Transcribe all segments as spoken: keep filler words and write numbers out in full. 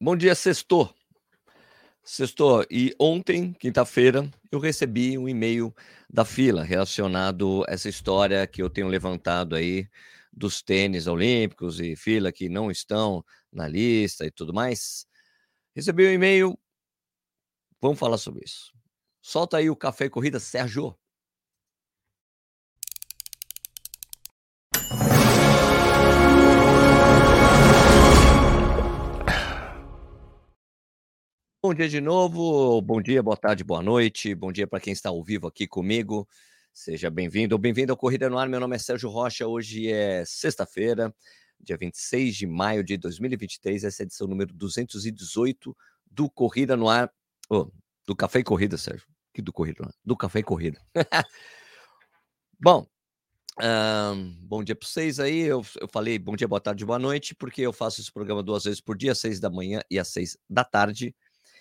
Bom dia, sextou. Sextou. E ontem, quinta-feira, eu recebi um e-mail da Fila relacionado a essa história que eu tenho levantado aí dos tênis olímpicos e Fila que não estão na lista e tudo mais. Recebi um e-mail, vamos falar sobre isso. Solta aí o Café e Corrida, Sérgio. Bom dia de novo, bom dia, boa tarde, boa noite, bom dia para quem está ao vivo aqui comigo, seja bem-vindo ou bem-vindo ao Corrida no Ar, meu nome é Sérgio Rocha, hoje é sexta-feira, dia vinte e seis de maio de dois mil e vinte e três, essa é a edição número duzentos e dezoito do Corrida no Ar, oh, do Café e Corrida, Sérgio, que do Corrida no Ar, do Café e Corrida. Bom, um, bom dia para vocês aí, eu, eu falei bom dia, boa tarde, boa noite, porque eu faço esse programa duas vezes por dia, às seis da manhã e às seis da tarde,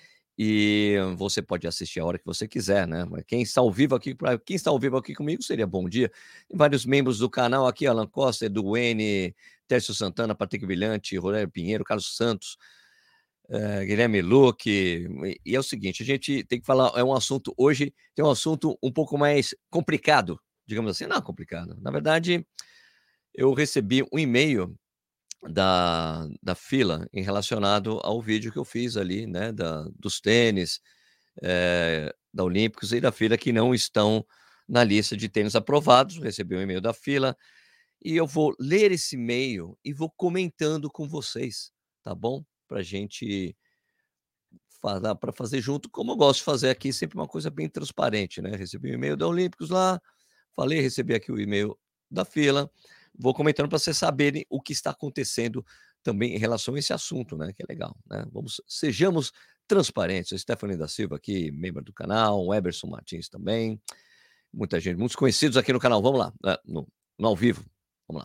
e você pode assistir a hora que você quiser, né? Mas quem está ao vivo aqui, para quem está ao vivo aqui comigo, seria bom dia. Tem vários membros do canal aqui, Alan Costa, Edu N, Tércio Santana, Patrick Brilhante, Rogério Pinheiro, Carlos Santos, uh, Guilherme Luque. E, e é o seguinte, a gente tem que falar, é um assunto, hoje tem um assunto um pouco mais complicado, digamos assim, não complicado. Na verdade, eu recebi um e-mail da, da Fila em relacionado ao vídeo que eu fiz ali, né, da, dos tênis, é, da Olímpicos e da Fila que não estão na lista de tênis aprovados. Recebi um e-mail da Fila e eu vou ler esse e-mail e vou comentando com vocês, tá bom? Para a gente falar, para fazer junto, como eu gosto de fazer aqui, sempre uma coisa bem transparente, né? Recebi um e-mail da Olímpicos lá, falei, recebi aqui o e-mail da Fila, vou comentando para vocês saberem o que está acontecendo também em relação a esse assunto, né? Que é legal, né? Vamos, sejamos transparentes. A Stephanie da Silva aqui, membro do canal, o Eberson Martins também, muita gente, muitos conhecidos aqui no canal. Vamos lá, né? no, no ao vivo. Vamos lá.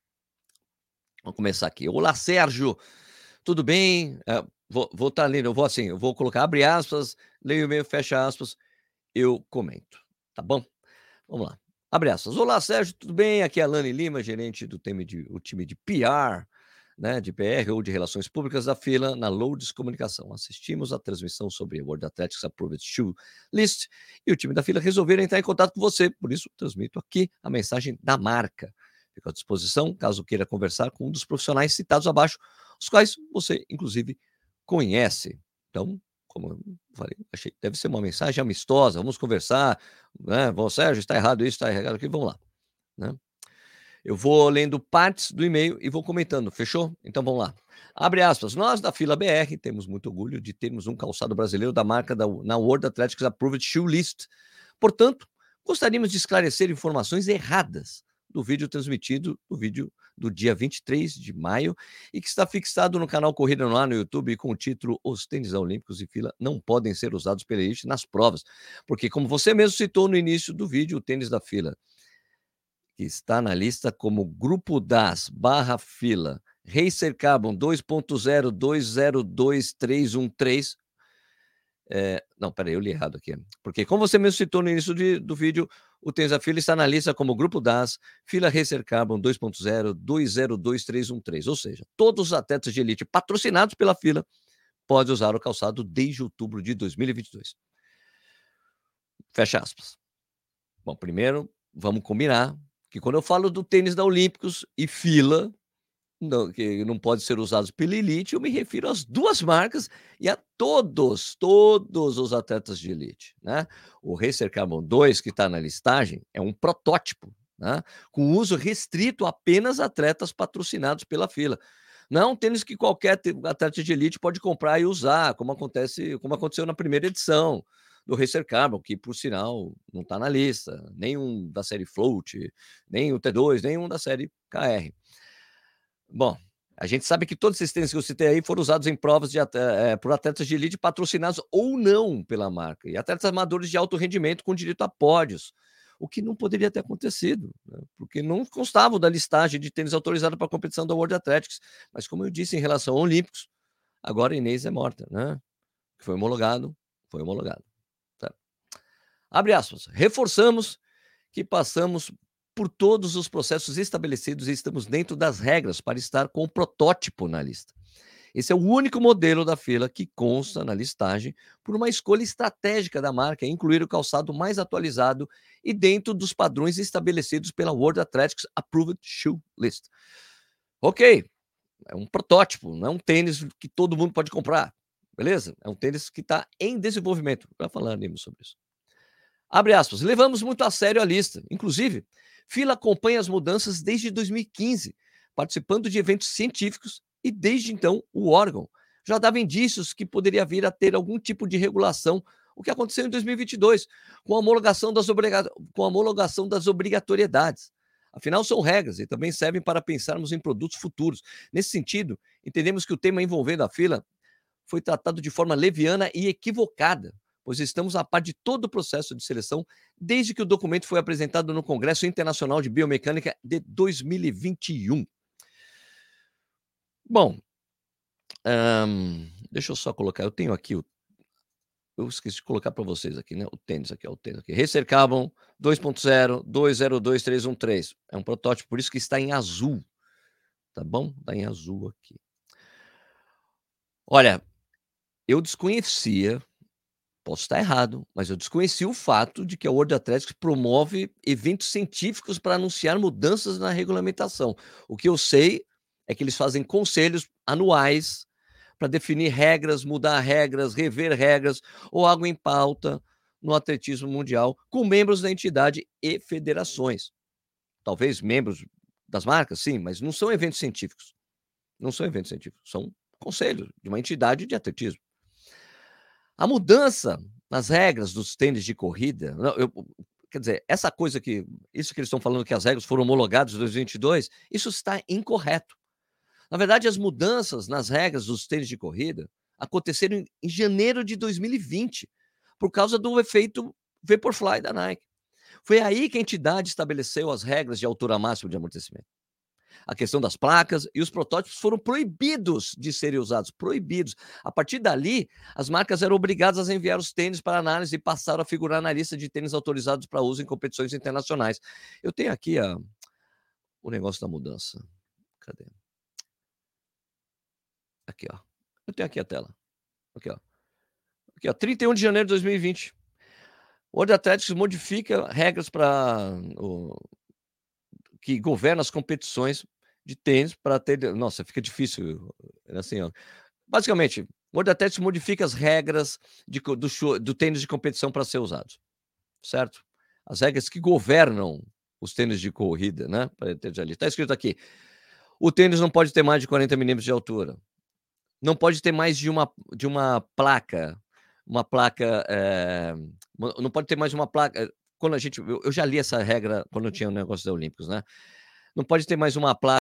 Vamos começar aqui. Olá, Sérgio. Tudo bem? É, vou estar tá lendo, eu vou assim, eu vou colocar abre aspas, leio o e-mail, fecha aspas, eu comento, tá bom? Vamos lá. Abre aspas. Olá, Sérgio, tudo bem? Aqui é a Lani Lima, gerente do time de, o time de P R, né, de P R ou de Relações Públicas da Fila, na Lourdes Comunicação. Assistimos a transmissão sobre a World Athletics Approved Shoe List e o time da Fila resolveram entrar em contato com você, por isso transmito aqui a mensagem da marca. Fico à disposição, caso queira conversar com um dos profissionais citados abaixo, os quais você, inclusive, conhece. Então, como eu falei, achei que deve ser uma mensagem amistosa, vamos conversar, né? Bom, Sérgio, está errado isso, está errado aqui, vamos lá, né? Eu vou lendo partes do e-mail e vou comentando, fechou? Então vamos lá. Abre aspas, nós da Fila B R temos muito orgulho de termos um calçado brasileiro da marca da, na World Athletics Approved Shoe List. Portanto, gostaríamos de esclarecer informações erradas do vídeo transmitido, do vídeo do dia vinte e três de maio, e que está fixado no canal Corrida no Ar no YouTube com o título Os tênis olímpicos e Fila não podem ser usados pela elite nas provas. Porque, como você mesmo citou no início do vídeo, o tênis da Fila, que está na lista como Grupo das barra Fila, Racer Carbon dois ponto zero dois zero dois três um três. É, não, peraí, eu li errado aqui. Porque, como você mesmo citou no início de, do vídeo, o tênis da Fila está na lista como Grupo das Fila Racer Carbon dois ponto zero dois zero dois três um três. Ou seja, todos os atletas de elite patrocinados pela Fila podem usar o calçado desde outubro de dois mil e vinte e dois. Fecha aspas. Bom, primeiro, vamos combinar que quando eu falo do tênis da Olímpicos e Fila, não, que não pode ser usados pela elite, eu me refiro às duas marcas e a todos, todos os atletas de elite, né? O Racer Carbon dois, que está na listagem, é um protótipo, né? Com uso restrito a apenas atletas patrocinados pela Fila. Não é um tênis que qualquer atleta de elite pode comprar e usar, como acontece, como aconteceu na primeira edição do Racer Carbon, que, por sinal, não está na lista, nenhum da série Float, nem o T dois, nenhum da série K R. Bom, a gente sabe que todos esses tênis que eu citei aí foram usados em provas de, é, por atletas de elite patrocinados ou não pela marca, e atletas amadores de alto rendimento com direito a pódios, o que não poderia ter acontecido, né? Porque não constavam da listagem de tênis autorizado para a competição da World Athletics. Mas, como eu disse em relação a Olímpicos, agora a Inês é morta, né? Foi homologado, foi homologado. Tá. Abre aspas. Reforçamos que passamos por todos os processos estabelecidos e estamos dentro das regras para estar com o protótipo na lista. Esse é o único modelo da Fila que consta na listagem por uma escolha estratégica da marca em incluir o calçado mais atualizado e dentro dos padrões estabelecidos pela World Athletics Approved Shoe List. Ok, é um protótipo, não é um tênis que todo mundo pode comprar, beleza? É um tênis que está em desenvolvimento. Já falaremos sobre isso. Abre aspas, levamos muito a sério a lista. Inclusive, Fila acompanha as mudanças desde dois mil e quinze, participando de eventos científicos e, desde então, o órgão já dava indícios que poderia vir a ter algum tipo de regulação, o que aconteceu em dois mil e vinte e dois, com a homologação das, obriga... com a homologação das obrigatoriedades. Afinal, são regras e também servem para pensarmos em produtos futuros. Nesse sentido, entendemos que o tema envolvendo a Fila foi tratado de forma leviana e equivocada, pois estamos a par de todo o processo de seleção desde que o documento foi apresentado no Congresso Internacional de Biomecânica de dois mil e vinte e um. Bom, hum, deixa eu só colocar, eu tenho aqui o eu esqueci de colocar para vocês aqui, né, o tênis aqui, ó, o tênis aqui. Racer Carbon dois ponto zero, dois zero dois três um três. É um protótipo, por isso que está em azul, tá bom? Está em azul aqui. Olha, eu desconhecia, posso estar errado, mas eu desconhecia o fato de que a World Athletics promove eventos científicos para anunciar mudanças na regulamentação. O que eu sei é que eles fazem conselhos anuais para definir regras, mudar regras, rever regras ou algo em pauta no atletismo mundial, com membros da entidade e federações. Talvez membros das marcas, sim, mas não são eventos científicos. Não são eventos científicos, são conselhos de uma entidade de atletismo. A mudança nas regras dos tênis de corrida, eu, quer dizer, essa coisa que, isso que eles estão falando que as regras foram homologadas em dois mil e vinte e dois, isso está incorreto. Na verdade, as mudanças nas regras dos tênis de corrida aconteceram em, em janeiro de dois mil e vinte, por causa do efeito Vaporfly da Nike. Foi aí que a entidade estabeleceu as regras de altura máxima de amortecimento. A questão das placas e os protótipos foram proibidos de serem usados, proibidos. A partir dali, as marcas eram obrigadas a enviar os tênis para análise e passaram a figurar na lista de tênis autorizados para uso em competições internacionais. Eu tenho aqui a, o negócio da mudança. Cadê? Aqui, ó. Eu tenho aqui a tela. Aqui, ó. Aqui, ó. trinta e um de janeiro de dois mil e vinte. O World Athletics modifica regras para o que governa as competições de tênis para ter. Nossa, fica difícil. Assim, ó. Basicamente, o World Athletics modifica as regras de, do, show, do tênis de competição para ser usados. Certo? As regras que governam os tênis de corrida, né? Está escrito aqui. O tênis não pode ter mais de quarenta milímetros de altura. Não pode ter mais de uma, de uma placa. Uma placa. É, não pode ter mais de uma placa. Quando a gente. Eu, eu já li essa regra quando eu tinha o negócio da Olímpicos, né? Não pode ter mais uma placa.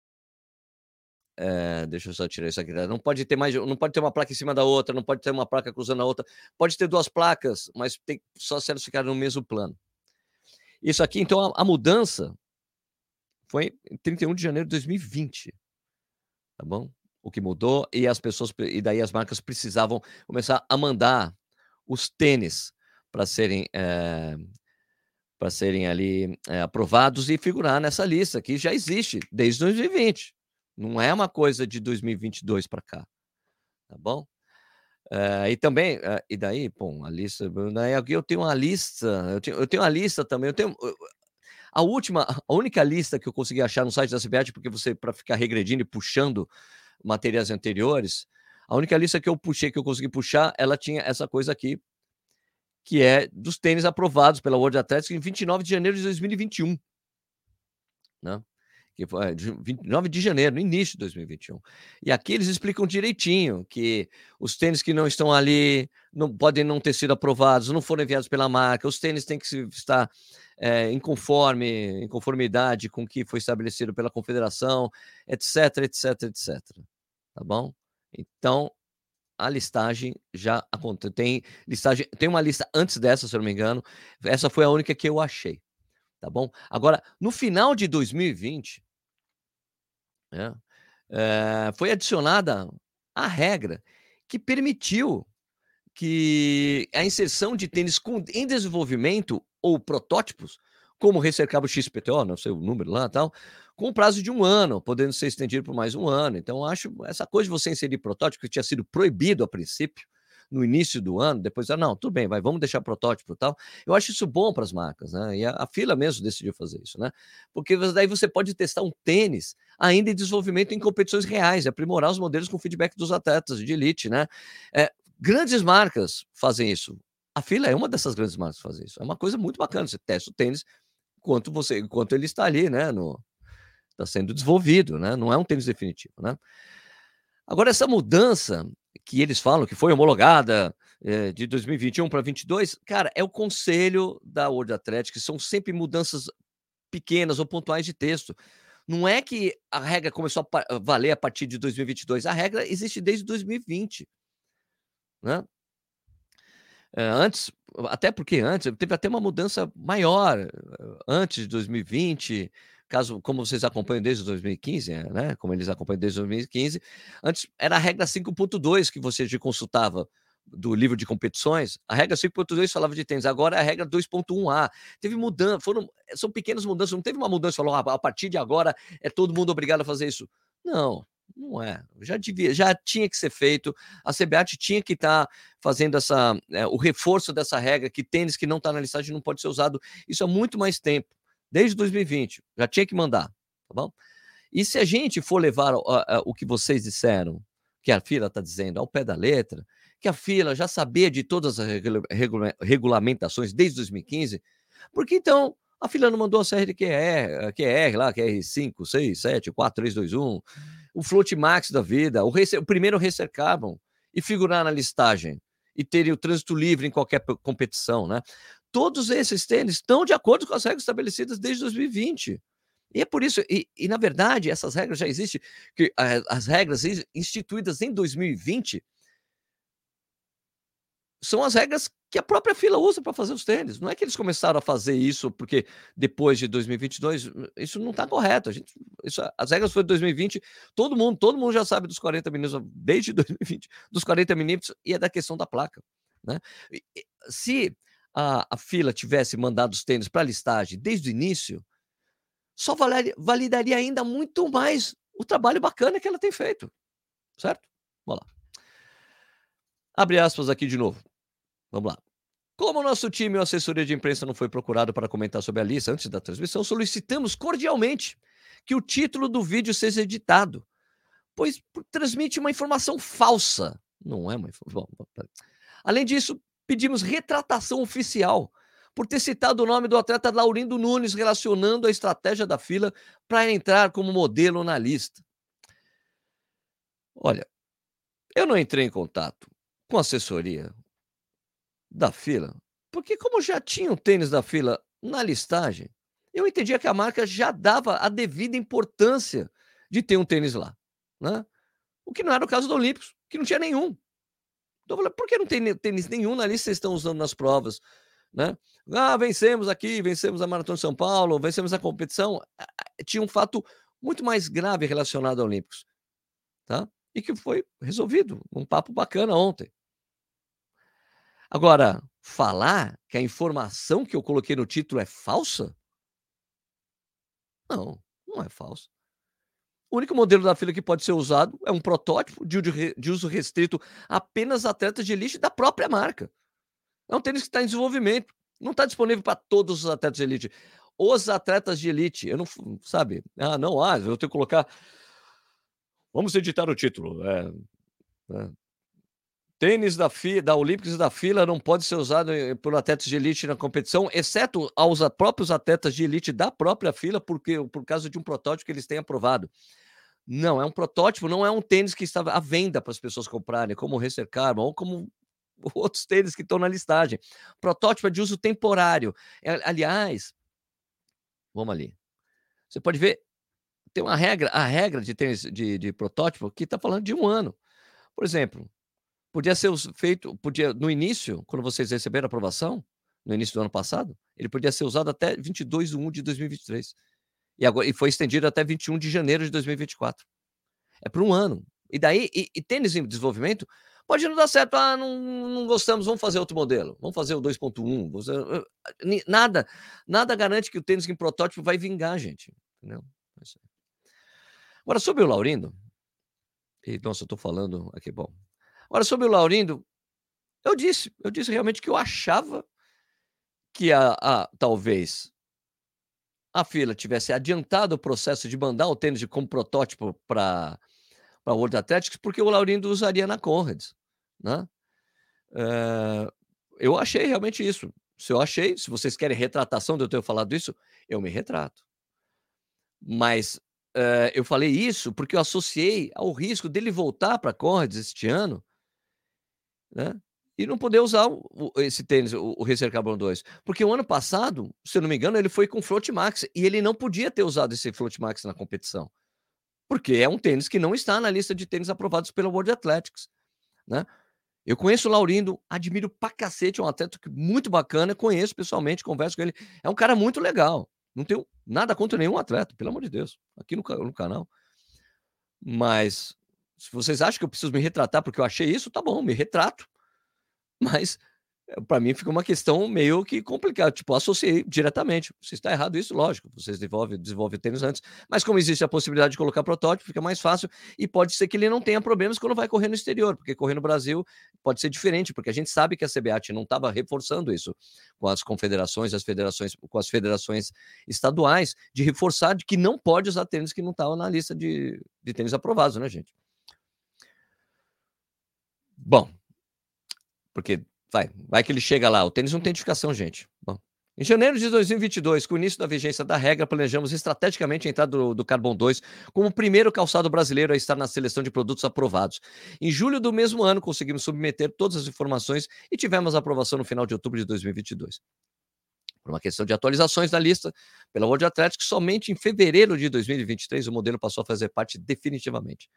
É, deixa eu só tirar isso aqui. Não pode ter mais, não pode ter uma placa em cima da outra, não pode ter uma placa cruzando a outra. Pode ter duas placas, mas tem só se elas ficarem no mesmo plano. Isso aqui, então, a, a mudança foi em trinta e um de janeiro de dois mil e vinte. Tá bom? O que mudou e as pessoas e daí as marcas precisavam começar a mandar os tênis para serem é, para serem ali é, aprovados e figurar nessa lista que já existe desde dois mil e vinte. Não é uma coisa de dois mil e vinte e dois para cá, tá bom? É, e também, é, e daí, bom, a lista, daí aqui eu tenho uma lista, eu tenho, eu tenho uma lista também, eu tenho a última, a única lista que eu consegui achar no site da C B A T, porque você, para ficar regredindo e puxando materiais anteriores, a única lista que eu puxei, que eu consegui puxar, ela tinha essa coisa aqui, que é dos tênis aprovados pela World Athletics em vinte e nove de janeiro de dois mil e vinte e um, né? Que foi vinte e nove de janeiro, no início de dois mil e vinte e um. E aqui eles explicam direitinho que os tênis que não estão ali não podem não ter sido aprovados, não foram enviados pela marca, os tênis têm que estar é, em conforme, em conformidade com o que foi estabelecido pela confederação, etc, etc, etc. Tá bom? Então, a listagem já acontece. Tem listagem, tem uma lista antes dessa, se eu não me engano. Essa foi a única que eu achei. Tá bom? Agora, no final de dois mil e vinte, né, é, foi adicionada a regra que permitiu que a inserção de tênis com, em desenvolvimento ou protótipos, como o Racer Carbon X P T O, não sei o número lá e tal, com prazo de um ano, podendo ser estendido por mais um ano. Então, eu acho essa coisa de você inserir protótipo, que tinha sido proibido a princípio, no início do ano, depois, ah, não, tudo bem, vai, vamos deixar protótipo e tal. Eu acho isso bom para as marcas, né? E a, a Fila mesmo decidiu fazer isso, né? Porque daí você pode testar um tênis ainda em desenvolvimento em competições reais, aprimorar os modelos com feedback dos atletas de elite, né? É, grandes marcas fazem isso. A Fila é uma dessas grandes marcas que fazem isso. É uma coisa muito bacana. Você testa o tênis enquanto você, enquanto ele está ali, né? No, está sendo desenvolvido, né? Não é um tênis definitivo, né? Agora, essa mudança que eles falam que foi homologada eh, de dois mil e vinte e um para vinte e dois, cara, é o conselho da World Athletics, são sempre mudanças pequenas ou pontuais de texto. Não é que a regra começou a valer a partir de dois mil e vinte e dois, a regra existe desde dois mil e vinte, né? É, antes, até porque antes teve até uma mudança maior antes de dois mil e vinte, caso como vocês acompanham desde dois mil e quinze, né, como eles acompanham desde dois mil e quinze, antes era a regra cinco ponto dois que você já consultava do livro de competições, a regra cinco ponto dois falava de tênis, agora é a regra dois ponto um A. Teve mudança, foram são pequenas mudanças, não teve uma mudança, falou: "Ah, a partir de agora é todo mundo obrigado a fazer isso". Não, não é. Já devia, já tinha que ser feito. A C B A T tinha que estar fazendo essa, é, o reforço dessa regra que tênis que não está na listagem não pode ser usado. Isso há muito mais tempo, desde dois mil e vinte. Já tinha que mandar, tá bom? E se a gente for levar o, a, o que vocês disseram, que a Fila está dizendo, ao pé da letra, que a Fila já sabia de todas as regula regula regulamentações desde dois mil e quinze, porque então a Fila não mandou a C R Q R, Q R lá, Q R cinco, seis, sete, quatro, três, dois, um, o Float Max da vida, o, o primeiro Racer Carbon, e figurar na listagem, e ter o trânsito livre em qualquer competição, né? Todos esses tênis estão de acordo com as regras estabelecidas desde dois mil e vinte. E é por isso, e, e na verdade, essas regras já existem, que as regras instituídas em dois mil e vinte são as regras que a própria Fila usa para fazer os tênis. Não é que eles começaram a fazer isso porque depois de dois mil e vinte e dois, isso não está correto. A gente, isso, as regras foram de dois mil e vinte, todo mundo, todo mundo já sabe dos quarenta milímetros desde dois mil e vinte, dos quarenta milímetros, e é da questão da placa, né? E, e, se a, a Fila tivesse mandado os tênis para a listagem desde o início, só valeria, validaria ainda muito mais o trabalho bacana que ela tem feito, certo? Vamos lá. Abre aspas aqui de novo. Vamos lá. Como o nosso time e a assessoria de imprensa não foi procurado para comentar sobre a lista antes da transmissão, solicitamos cordialmente que o título do vídeo seja editado, pois transmite uma informação falsa. Não é uma informação. Além disso, pedimos retratação oficial por ter citado o nome do atleta Laurindo Nunes relacionando a estratégia da Fila para entrar como modelo na lista. Olha, eu não entrei em contato com a assessoria da Fila, porque como já tinha o tênis da Fila na listagem, eu entendia que a marca já dava a devida importância de ter um tênis lá, né? O que não era o caso do Olímpicos, que não tinha nenhum. Então eu falei, por que não tem tênis nenhum na lista que vocês estão usando nas provas, né? Ah, vencemos aqui, vencemos a Maratona de São Paulo, vencemos a competição. Tinha um fato muito mais grave relacionado ao Olímpicos, tá? E que foi resolvido, um papo bacana ontem. Agora, falar que a informação que eu coloquei no título é falsa? Não, não é falso. O único modelo da Fila que pode ser usado é um protótipo de, de uso restrito apenas a atletas de elite da própria marca. É um tênis que está em desenvolvimento. Não está disponível para todos os atletas de elite. Os atletas de elite, eu não, sabe? Ah, não, ah, eu tenho que colocar. Vamos editar o título. É, é. Tênis da, Fi, da Olímpicos e da Fila não pode ser usado por atletas de elite na competição, exceto aos próprios atletas de elite da própria Fila, porque, por causa de um protótipo que eles têm aprovado. Não, é um protótipo, não é um tênis que está à venda para as pessoas comprarem, como o Racer Carbon ou como outros tênis que estão na listagem. Protótipo é de uso temporário. É, aliás, vamos ali. Você pode ver, tem uma regra, a regra de tênis de, de protótipo que está falando de um ano. Por exemplo, podia ser feito, podia, no início, quando vocês receberam a aprovação, no início do ano passado, ele podia ser usado até vinte e dois de um de dois mil e vinte e três. E, agora, e foi estendido até vinte e um de janeiro de dois mil e vinte e quatro. É por um ano. E daí, e, e tênis em desenvolvimento, pode não dar certo, ah, não, não gostamos, vamos fazer outro modelo, vamos fazer o dois ponto um. Nada, nada garante que o tênis em protótipo vai vingar, gente. Entendeu? Agora sobre o Laurindo e nossa, eu tô falando aqui, bom. Agora sobre o Laurindo, eu disse, eu disse realmente que eu achava que a a talvez a Fila tivesse adiantado o processo de mandar o tênis de como protótipo pra pra World Athletics, porque o Laurindo usaria na Conrads, né. Eh, eu achei realmente isso. Se eu achei, se vocês querem retratação de eu ter falado isso, eu me retrato. Mas, eh, eu falei isso porque eu associei ao risco dele voltar pra Conrads este ano né, e não poder usar o o esse tênis, o o Racer Carbon dois. Porque o ano passado, se eu não me engano, ele foi com Float Max e ele não podia ter usado esse Float Max na competição. Porque é um tênis que não está na lista de tênis aprovados pela World Athletics, né. Eu conheço o Laurindo, admiro pra cacete, é um atleta que muito bacana, conheço pessoalmente, converso com ele, é um cara muito legal, não tenho nada contra nenhum atleta, pelo amor de Deus, aqui no ca no canal. Mas, se vocês acham que eu preciso me retratar porque eu achei isso, tá bom, me retrato. Mas, pra mim fica uma questão meio que complicada, tipo, associei diretamente. Se está errado isso, lógico, vocês desenvolve desenvolve tênis antes, mas como existe a possibilidade de colocar protótipo, fica mais fácil e pode ser que ele não tenha problemas quando vai correr no exterior, porque correr no Brasil pode ser diferente, porque a gente sabe que a CBAT não estava reforçando isso com as confederações, as federações com as federações estaduais, de reforçar de que não pode usar tênis que não estavam na lista de de tênis aprovados, né, gente. Bom, porque vai vai que ele chega lá, o tênis não tem indicação, gente. Bom, em janeiro de dois mil e vinte e dois, com o início da vigência da regra, planejamos estrategicamente a entrada do do Carbon dois como o primeiro calçado brasileiro a estar na seleção de produtos aprovados. Em julho do mesmo ano, conseguimos submeter todas as informações e tivemos a aprovação no final de outubro de dois mil e vinte e dois. Por uma questão de atualizações da lista pela World Athletics, somente em fevereiro de dois mil e vinte e três o modelo passou a fazer parte definitivamente.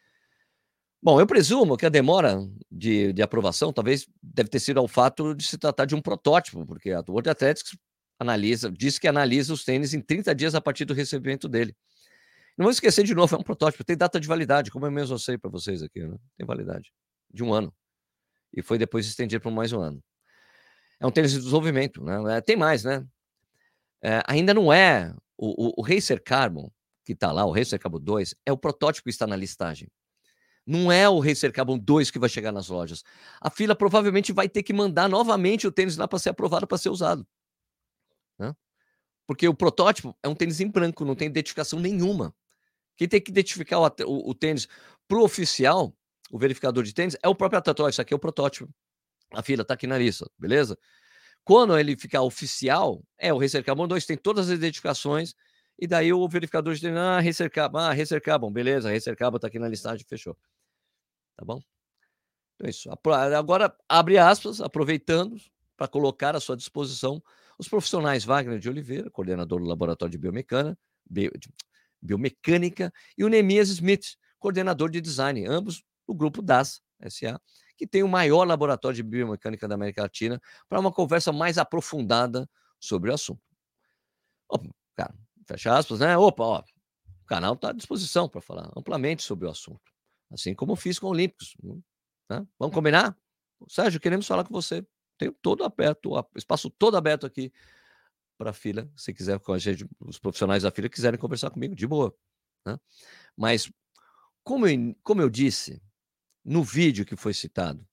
Bom, eu presumo que a demora de de aprovação talvez deve ter sido ao fato de se tratar de um protótipo, porque a World Athletics analisa diz que analisa os tênis em trinta dias a partir do recebimento dele. Não vamos esquecer de novo, é um protótipo, tem data de validade, como eu mesmo sei pra vocês aqui, né, tem validade de um ano. E foi depois estendido por mais um ano. É um tênis de desenvolvimento, né, tem mais, né. Eh, ainda não é o o o Racer Carbon, que tá lá, o Racer Carbon dois, é o protótipo que está na listagem. Não é o Racer Carbon dois que vai chegar nas lojas. A Fila provavelmente vai ter que mandar novamente o tênis lá pra ser aprovado pra ser usado. Né. Porque o protótipo é um tênis em branco, não tem identificação nenhuma. Quem tem que identificar o at o o tênis para o oficial, o verificador de tênis, é o próprio atleta: "Ó, isso aqui é o protótipo. A Fila tá aqui na lista, beleza?". Quando ele ficar oficial, é o Racer Carbon dois, tem todas as identificações, e daí o verificador de tênis: "Ah, Racer Carbon, ah, Racer Carbon, beleza, Racer Carbon tá aqui na listagem, fechou". Tá bom? Então é isso. Apro agora, abre aspas, aproveitando pra colocar à sua disposição os profissionais Wagner de Oliveira, coordenador do Laboratório de Biomecana bio de Biomecânica, e o Nemias Smith, coordenador de Design, ambos do grupo DAS S.A., que tem o maior laboratório de biomecânica da América Latina, pra uma conversa mais aprofundada sobre o assunto. Opa, cara, fecha aspas, né. Opa, ó, o canal tá à disposição pra falar amplamente sobre o assunto, assim como eu fiz com Olímpicos, né. Vamos combinar? Sérgio, queremos falar com você. Tenho todo aberto o espaço todo aberto aqui pra Fila, se quiser com a gente os profissionais da Fila quiserem conversar comigo, de boa, né. Mas, como eu in como eu disse no vídeo que foi citado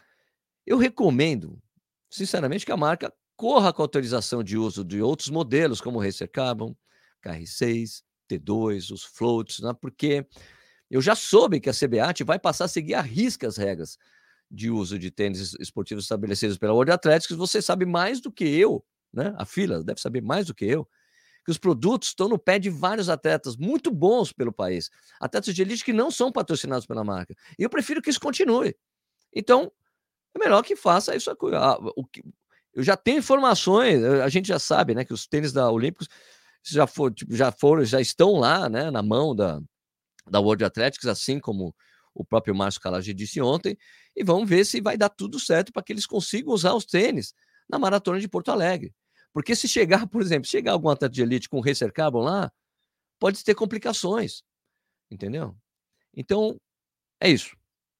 eu recomendo, sinceramente, que a marca corra com a autorização de uso de outros modelos, como o Racer Carbon, K R seis, T dois, os Floats, né, porque eu já soube que a CBAT vai passar a seguir à risca as regras de uso de tênis es esportivos estabelecidos pela World Athletics. Você sabe mais do que eu, né, a Fila deve saber mais do que eu, que os produtos estão no pé de vários atletas muito bons pelo país, atletas de elite que não são patrocinados pela marca, e eu prefiro que isso continue. Então, é melhor que faça isso acu a o que eu já tenho informações, a a gente já sabe, né, que os tênis da Olímpicos já for tipo, já foram já estão lá, né, na mão da da World Athletics, assim como o próprio Márcio Calage disse ontem, e vamos ver se vai dar tudo certo pra que eles consigam usar os tênis na maratona de Porto Alegre. Porque se chegar, por exemplo, se chegar algum atleta de elite com o Racer Carbon lá, pode ter complicações, entendeu? Então, é isso.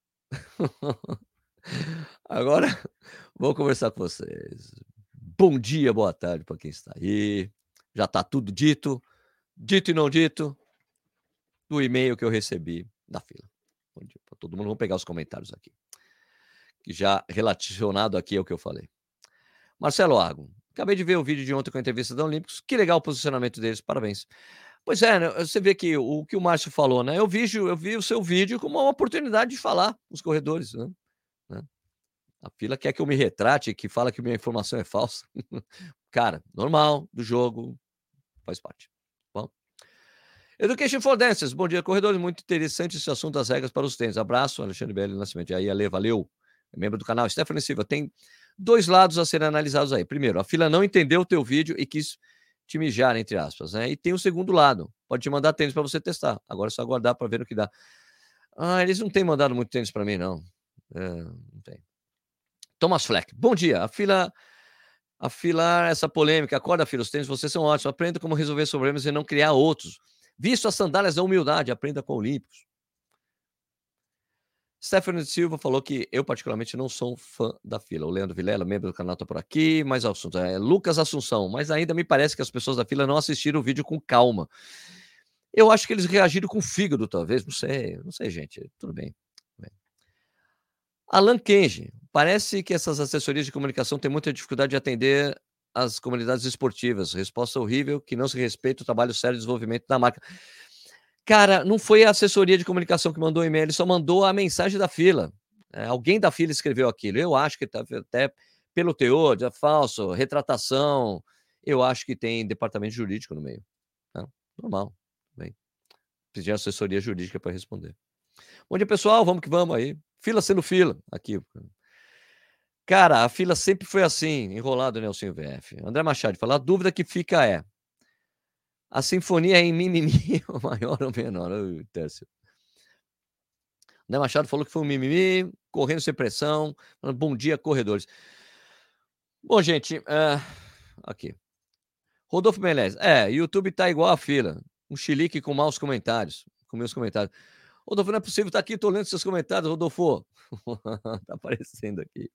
Agora, vou conversar com vocês. Bom dia, boa tarde pra quem está aí. Já tá tudo dito, dito e não dito. do e-mail que eu recebi da fila. Bom dia para todo mundo. Vamos pegar os comentários aqui. Que já relacionado aqui ao que eu falei. Marcelo Argo. Acabei de ver o vídeo de ontem com a entrevista da Olímpicos. Que legal o posicionamento deles. Parabéns. Pois é, né, você vê que o que o Márcio falou, né? Eu vi, eu vi o seu vídeo como uma oportunidade de falar os corredores, né? né? A fila quer que eu me retrate, que fala que minha informação é falsa. Cara, normal, do jogo, faz parte. Bom. Education for Dancers. Bom dia, corredores. Muito interessante esse assunto das regras para os tênis. Abraço, Alexandre Belli Nascimento. E aí, Ale, valeu. É membro do canal. Stephanie Silva. Tem dois lados a serem analisados aí. Primeiro, a fila não entendeu o teu vídeo e quis te mijar, entre aspas, né? E tem o segundo lado. Pode te mandar tênis para você testar. Agora é só aguardar para ver o que dá. Ah, eles não têm mandado muito tênis para mim, não. É, não tem. Thomas Fleck. Bom dia. A fila... Afilar essa polêmica. Acorda, filho. Os tênis, vocês são ótimos. Aprenda como resolver os problemas e não criar outros. Visto as sandálias da humildade. Aprenda com Olímpicos. Stephanie Silva falou que eu, particularmente, não sou um fã da fila. O Leandro Vilela, membro do canal, está por aqui. Mais assuntos. É Lucas Assunção. Mas ainda me parece que as pessoas da fila não assistiram o vídeo com calma. Eu acho que eles reagiram com fígado, talvez. Não sei. Não sei, gente. Tudo bem. bem. Alan Kenji. Parece que essas assessorias de comunicação têm muita dificuldade de atender as comunidades esportivas. Resposta horrível, que não se respeita o trabalho sério de desenvolvimento da marca. Cara, não foi a assessoria de comunicação que mandou o e-mail, ele só mandou a mensagem da fila. É, alguém da fila escreveu aquilo. Eu acho que tá, até pelo teor, é falso, retratação. Eu acho que tem departamento jurídico no meio. Tá? Normal. Bem, pedir assessoria jurídica para responder. Bom dia, pessoal. Vamos que vamos aí. Fila sendo fila. Aqui. Cara, a fila sempre foi assim, enrolado, Nelson V F. André Machado fala, a dúvida que fica é, a sinfonia é em mimimi, maior ou menor? Oh, Tércio. André Machado falou que foi um mimimi, correndo sem pressão, bom dia, corredores. Bom, gente, uh, aqui. Rodolfo Melez, é, YouTube tá igual a fila, um chilique com maus comentários, com meus comentários. Rodolfo, não é possível, tá aqui, tô lendo seus comentários, Rodolfo. Tá aparecendo aqui.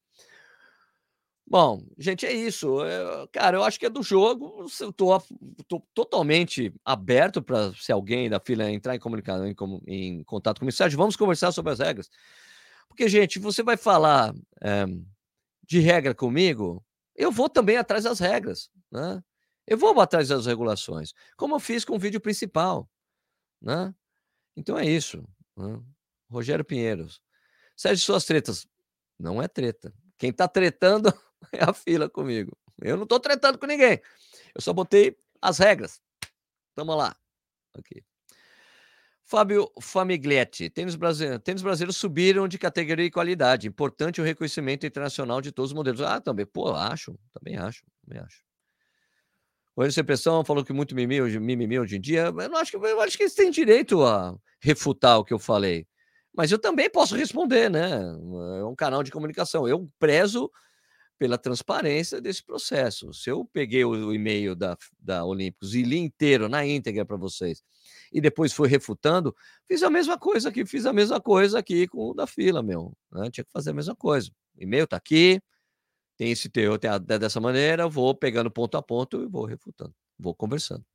Bom, gente, é isso. É, cara, eu acho que é do jogo. Eu tô, tô totalmente aberto para se alguém da fila entrar em comunicação, em, em contato comigo. Sérgio, vamos conversar sobre as regras. Porque, gente, você vai falar é, de regra comigo, eu vou também atrás das regras, né? Eu vou atrás das regulações, como eu fiz com o vídeo principal, né? Então é isso. Né? Rogério Pinheiros. Sérgio, suas tretas. Não é treta. Quem tá tretando é a fila comigo. Eu não tô tretando com ninguém. Eu só botei as regras. Tamo lá. Ok. Fábio Famiglietti. Tênis brasileiros, tênis brasileiros subiram de categoria e qualidade. Importante o reconhecimento internacional de todos os modelos. Ah, também. Pô, acho. Também acho. Também acho. O Sem Pressão falou que muito mimimi hoje, mimimi hoje em dia. Eu, não acho que, eu acho que eles têm direito a refutar o que eu falei. Mas eu também posso responder, né? É um canal de comunicação. Eu prezo pela transparência desse processo. Se eu peguei o, o e-mail da, da Olímpicos e li inteiro, na íntegra para vocês, e depois fui refutando, fiz a mesma coisa aqui, fiz a mesma coisa aqui com o da fila, meu. Né? Tinha que fazer a mesma coisa. O e-mail está aqui, tem esse teor, tem a, dessa maneira, eu vou pegando ponto a ponto e vou refutando, vou conversando.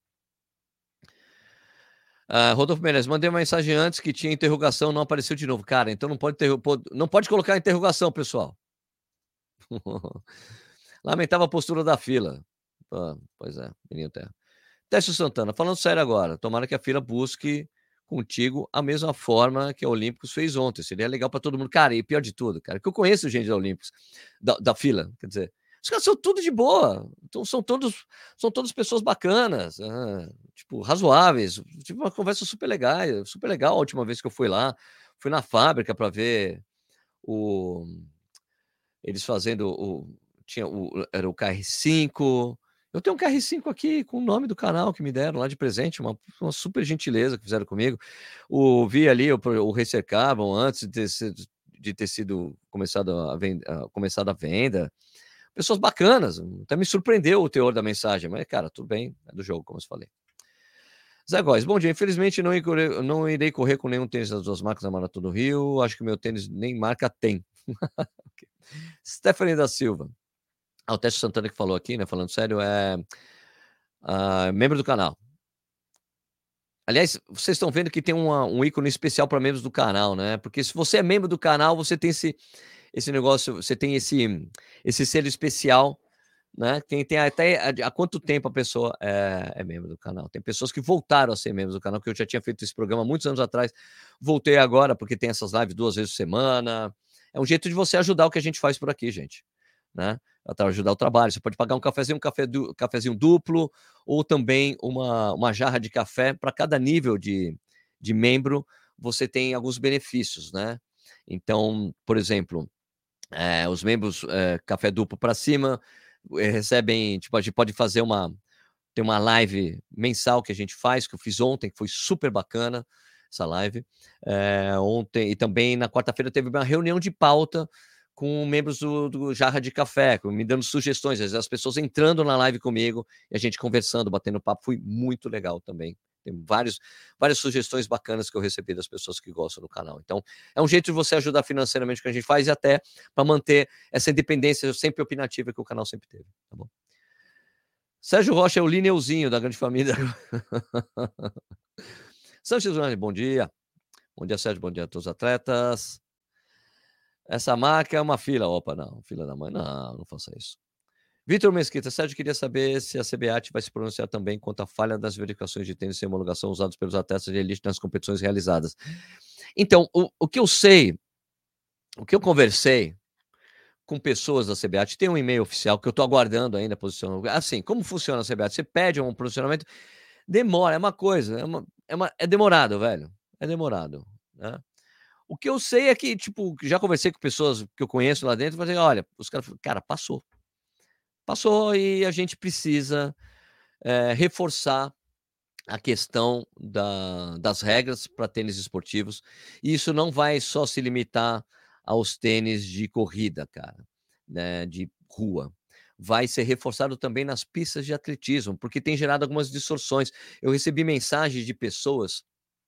Uh, Rodolfo Menezes, mandei uma mensagem antes que tinha interrogação, não apareceu de novo. Cara, então não pode, ter, não pode colocar interrogação, pessoal. Lamentável a postura da fila. Ah, pois é, menino terra. Técio Santana, falando sério agora, tomara que a fila busque contigo a mesma forma que a Olímpicos fez ontem. Seria legal para todo mundo. Cara, e pior de tudo, cara, que eu conheço gente da Olímpicos, da, da fila, quer dizer, os caras são tudo de boa. Então, são todos são todas pessoas bacanas, ah, tipo, razoáveis. Tive uma conversa super legal, super legal a última vez que eu fui lá. Fui na fábrica para ver o eles fazendo o tinha o era o K R cinco. Eu tenho um K R cinco aqui com o nome do canal que me deram lá de presente, uma, uma super gentileza que fizeram comigo. O vi ali o, o Racer Carbon antes de ter sido, de ter sido começado a venda, começado a venda. Pessoas bacanas, até me surpreendeu o teor da mensagem, mas cara, tudo bem, é do jogo, como eu falei. Zé Góes, bom dia. Infelizmente não irei, não irei correr com nenhum tênis das duas marcas na Maratona do Rio. Acho que meu tênis nem marca tem. Okay. Stephanie da Silva. Ah, o Técio Santana que falou aqui, né? Falando sério, é uh, membro do canal. Aliás, vocês estão vendo que tem uma um ícone especial para membros do canal, né, porque se você é membro do canal, você tem esse esse negócio, você tem esse esse selo especial, né, tem tem até há há quanto tempo a pessoa é é membro do canal. Tem pessoas que voltaram a ser membros do canal, porque eu já tinha feito esse programa muitos anos atrás, voltei agora, porque tem essas lives duas vezes por semana. É um jeito de você ajudar o que a gente faz por aqui, gente, né, para ajudar o trabalho. Você pode pagar um cafezinho, um café du cafezinho duplo, ou também uma uma jarra de café. Para cada nível de de membro, você tem alguns benefícios, né. Então, por exemplo, eh, os membros, eh, café duplo para cima, eh, recebem tipo, a gente pode fazer uma tem uma live mensal que a gente faz, que eu fiz ontem, que foi super bacana, essa live. Eh, ontem e também na quarta-feira teve uma reunião de pauta com membros do do Jarra de Café, me dando sugestões, às vezes as pessoas entrando na live comigo e a gente conversando, batendo papo, foi muito legal também. Tem vários várias sugestões bacanas que eu recebi das pessoas que gostam do canal. Então, é um jeito de você ajudar financeiramente o que a gente faz e até para manter essa independência sempre opinativa que o canal sempre teve, tá bom? Sérgio Rocha é o Lineuzinho da grande família. Sanches Grande, bom dia. Bom dia, Sérgio, bom dia a todos os atletas. Essa marca é uma fila. Opa, não, fila da mãe, não, não faça isso. Vitor Mesquita, Sérgio, queria saber se a C B A T vai se pronunciar também quanto à falha das verificações de tênis sem homologação usados pelos atletas de elite nas competições realizadas. Então, o, o que eu sei, o que eu conversei com pessoas da C B A T, tem um e-mail oficial que eu estou aguardando ainda posicionar. Assim, como funciona a C B A T? Você pede um posicionamento, demora, é uma coisa, é, uma, é, uma, é demorado, velho. É demorado, né? O que eu sei é que, tipo, já conversei com pessoas que eu conheço lá dentro, falei, olha, os caras falaram, cara, passou. Passou e a gente precisa é, reforçar a questão da, das regras para tênis esportivos. E isso não vai só se limitar aos tênis de corrida, cara, né, de rua. Vai ser reforçado também nas pistas de atletismo, porque tem gerado algumas distorções. Eu recebi mensagens de pessoas,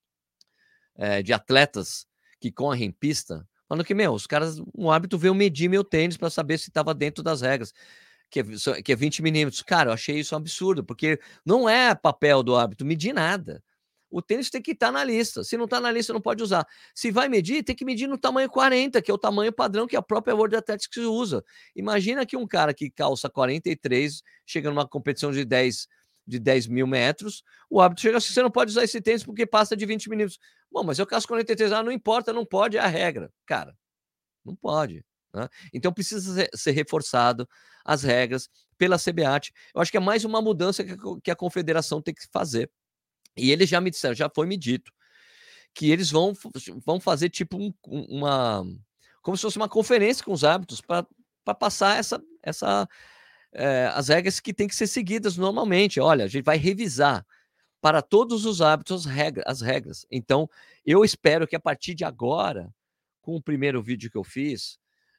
é, de atletas que correm em pista, falando que, meu, os caras, um árbitro veio medir meu tênis para saber se estava dentro das regras. Que é, que é vinte milímetros. Cara, eu achei isso um absurdo, porque não é papel do árbitro medir nada. O tênis tem que estar na lista. Se não está na lista, não pode usar. Se vai medir, tem que medir no tamanho quarenta, que é o tamanho padrão que a própria World Athletics usa. Imagina que um cara que calça quarenta e três, chega numa competição de dez, de dez mil metros, o árbitro chega assim, você não pode usar esse tênis porque passa de vinte milímetros. Bom, mas eu calço quarenta e três, ah, não importa, não pode, é a regra. Cara, não pode. Né? Então precisa ser, ser reforçado as regras pela C B A T. Eu acho que é mais uma mudança que, que a confederação tem que fazer. E eles já me disseram, já foi me dito, que eles vão, vão fazer tipo um, uma. Como se fosse uma conferência com os árbitros para passar essa, essa, é, as regras que têm que ser seguidas normalmente. Olha, a gente vai revisar para todos os árbitros as regras. As regras. Então, eu espero que a partir de agora, com o primeiro vídeo que eu fiz,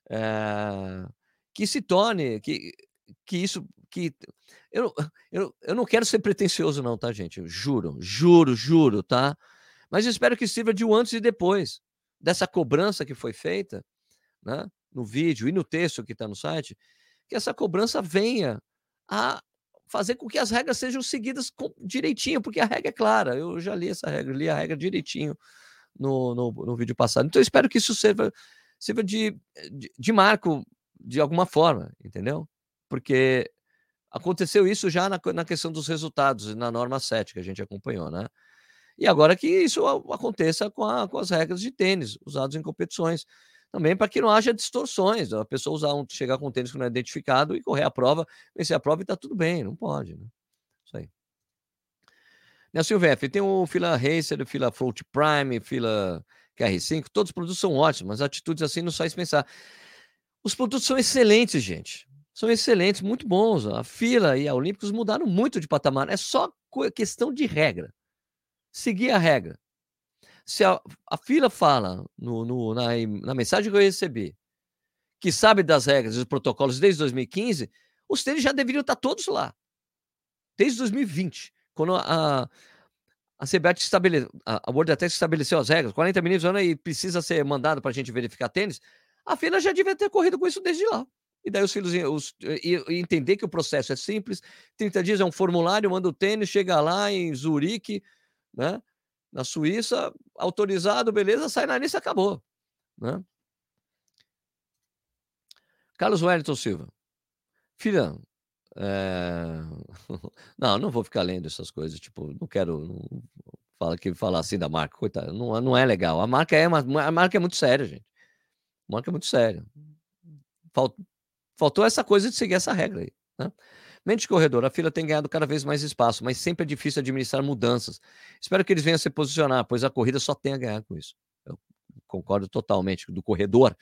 é, que se torne, que, que isso, que eu, eu, eu não quero ser pretencioso não, tá, gente? Eu juro, juro, juro, tá? Mas eu espero que sirva de um antes e depois dessa cobrança que foi feita, né, no vídeo e no texto que está no site, que essa cobrança venha a fazer com que as regras sejam seguidas com, direitinho, porque a regra é clara. Eu já li essa regra, li a regra direitinho no, no, no vídeo passado. Então eu espero que isso sirva, sirva de, de, de marco de alguma forma, entendeu? Porque aconteceu isso já na, na questão dos resultados, na norma sete que a gente acompanhou, né? E agora que isso aconteça com, a, com as regras de tênis usados em competições. Também para que não haja distorções. A pessoa usar um, chegar com um tênis que não é identificado e correr a prova, vencer a prova e tá tudo bem. Não pode, né? Isso aí. Nelson V F, tem o Fila Racer, o Fila Float Prime, Fila Q R cinco, todos os produtos são ótimos, mas atitudes assim nos faz pensar. Os produtos são excelentes, gente. São excelentes, muito bons. A Fila e a Olímpicos mudaram muito de patamar. É só questão de regra. Seguir a regra. Se a, a Fila fala no, no, na, na mensagem que eu recebi, que sabe das regras e dos protocolos desde dois mil e quinze, os tênis já deveriam estar todos lá. Desde dois mil e vinte, quando a, a C B A T estabeleceu, a, a World Athletics estabeleceu as regras, quarenta milímetros ano e precisa ser mandado para a gente verificar tênis, a Fila já devia ter corrido com isso desde lá. E daí os filhos os, e, e entender que o processo é simples, trinta dias é um formulário, manda o tênis, chega lá em Zurique, né? Na Suíça, autorizado, beleza, sai na lista, acabou, né. Carlos Wellington Silva. Filha, eh, não, não vou ficar lendo essas coisas, tipo, não quero não fala que falar assim da marca, coitada, não é não é legal. A marca é uma a marca é muito séria, gente. A marca é muito séria. Fal faltou essa coisa de seguir essa regra aí, né. Mente de corredor, a fila tem ganhado cada vez mais espaço, mas sempre é difícil administrar mudanças. Espero que eles venham a se posicionar, pois a corrida só tem a ganhar com isso. Eu concordo totalmente, do corredor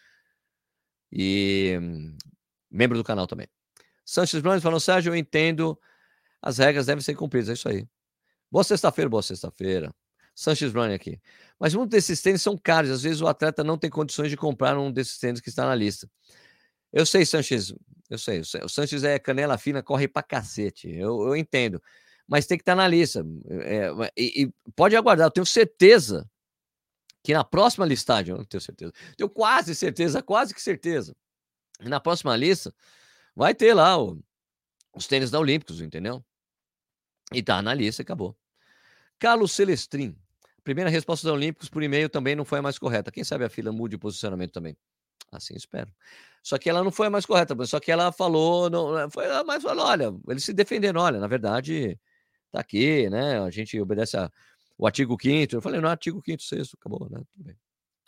e membro do canal também. Sanches Brown falou: "Sérgio, eu entendo, as regras devem ser cumpridas", é isso aí. Boa sexta-feira, boa sexta-feira. Sanches Brown aqui. Mas muitos desses tênis são caros, às vezes o atleta não tem condições de comprar um desses tênis que está na lista. Eu sei, Sanches, eu sei, o Sanches é canela fina, corre pra cacete, eu eu entendo, mas tem que estar na lista, eh, e e pode aguardar, eu tenho certeza que na próxima listagem, eu não tenho certeza, tenho quase certeza, quase que certeza, na próxima lista, vai ter lá o os tênis da Olímpicos, entendeu? E tá na lista e acabou. Carlos Celestrin, primeira resposta da Olímpicos por e-mail também não foi a mais correta, quem sabe a fila mude o posicionamento também. Assim espero. Só que ela não foi a mais correta, só que ela falou, não foi a mais falou: "Olha", eles se defenderam: "Olha, na verdade, tá aqui, né, a gente obedece a o artigo quinto", eu falei: "No artigo quinto, sexto, acabou, né, tudo bem".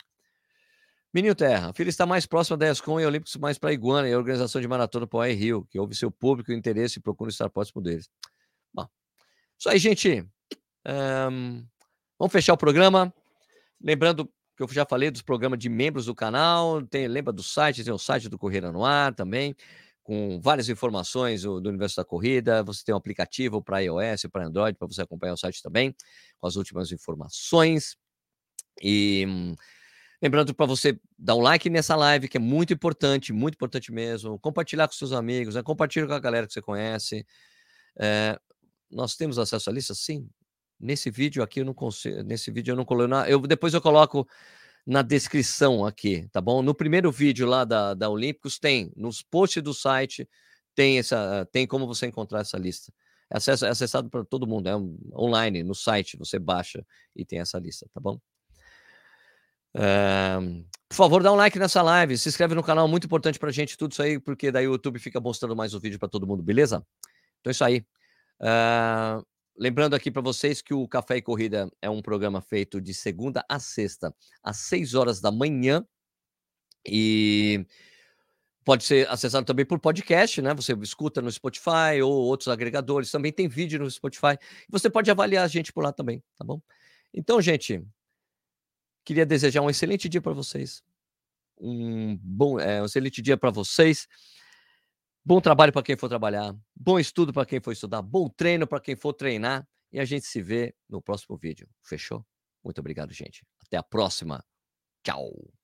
Menino Terra, a fila está mais próxima da ESCOM e Olímpicos mais para a Iguana e a organização de maratona Poá e Rio, que houve seu público e interesse e procura estar próximo deles. Bom, isso aí, gente. Hã, vamos fechar o programa. Lembrando que eu já falei dos programas de membros do canal, tem lembra do site, tem o site do Corrida no Ar também, com várias informações do do universo da corrida, você tem um aplicativo para iOS, para Android, para você acompanhar o site também, com as últimas informações. E, lembrando para você dar um like nessa live, que é muito importante, muito importante mesmo, compartilhar com seus amigos, né, compartilha com a galera que você conhece. Eh, nós temos acesso à lista? Sim. Nesse vídeo aqui eu não consigo nesse vídeo eu não colo na eu depois eu coloco na descrição aqui, tá bom? No primeiro vídeo lá da da Olímpicos tem, nos posts do site, tem essa tem como você encontrar essa lista. É acesso é acessado por todo mundo, é online, no site, você baixa e tem essa lista, tá bom? Eh, por favor, dá um like nessa live, se inscreve no canal, muito importante pra gente tudo isso aí, porque daí o YouTube fica mostrando mais o vídeo pra todo mundo, beleza? Então é isso aí. Hã, lembrando aqui pra vocês que o Café e Corrida é um programa feito de segunda a sexta, às seis horas da manhã, e pode ser acessado também por podcast, né, você escuta no Spotify ou outros agregadores, também tem vídeo no Spotify, você pode avaliar a gente por lá também, tá bom? Então, gente queria desejar um excelente dia pra vocês, um bom eh, um excelente dia pra vocês. Bom trabalho pra quem for trabalhar, bom estudo pra quem for estudar, bom treino pra quem for treinar, e a gente se vê no próximo vídeo, fechou? Muito obrigado, gente. Até a próxima. Tchau.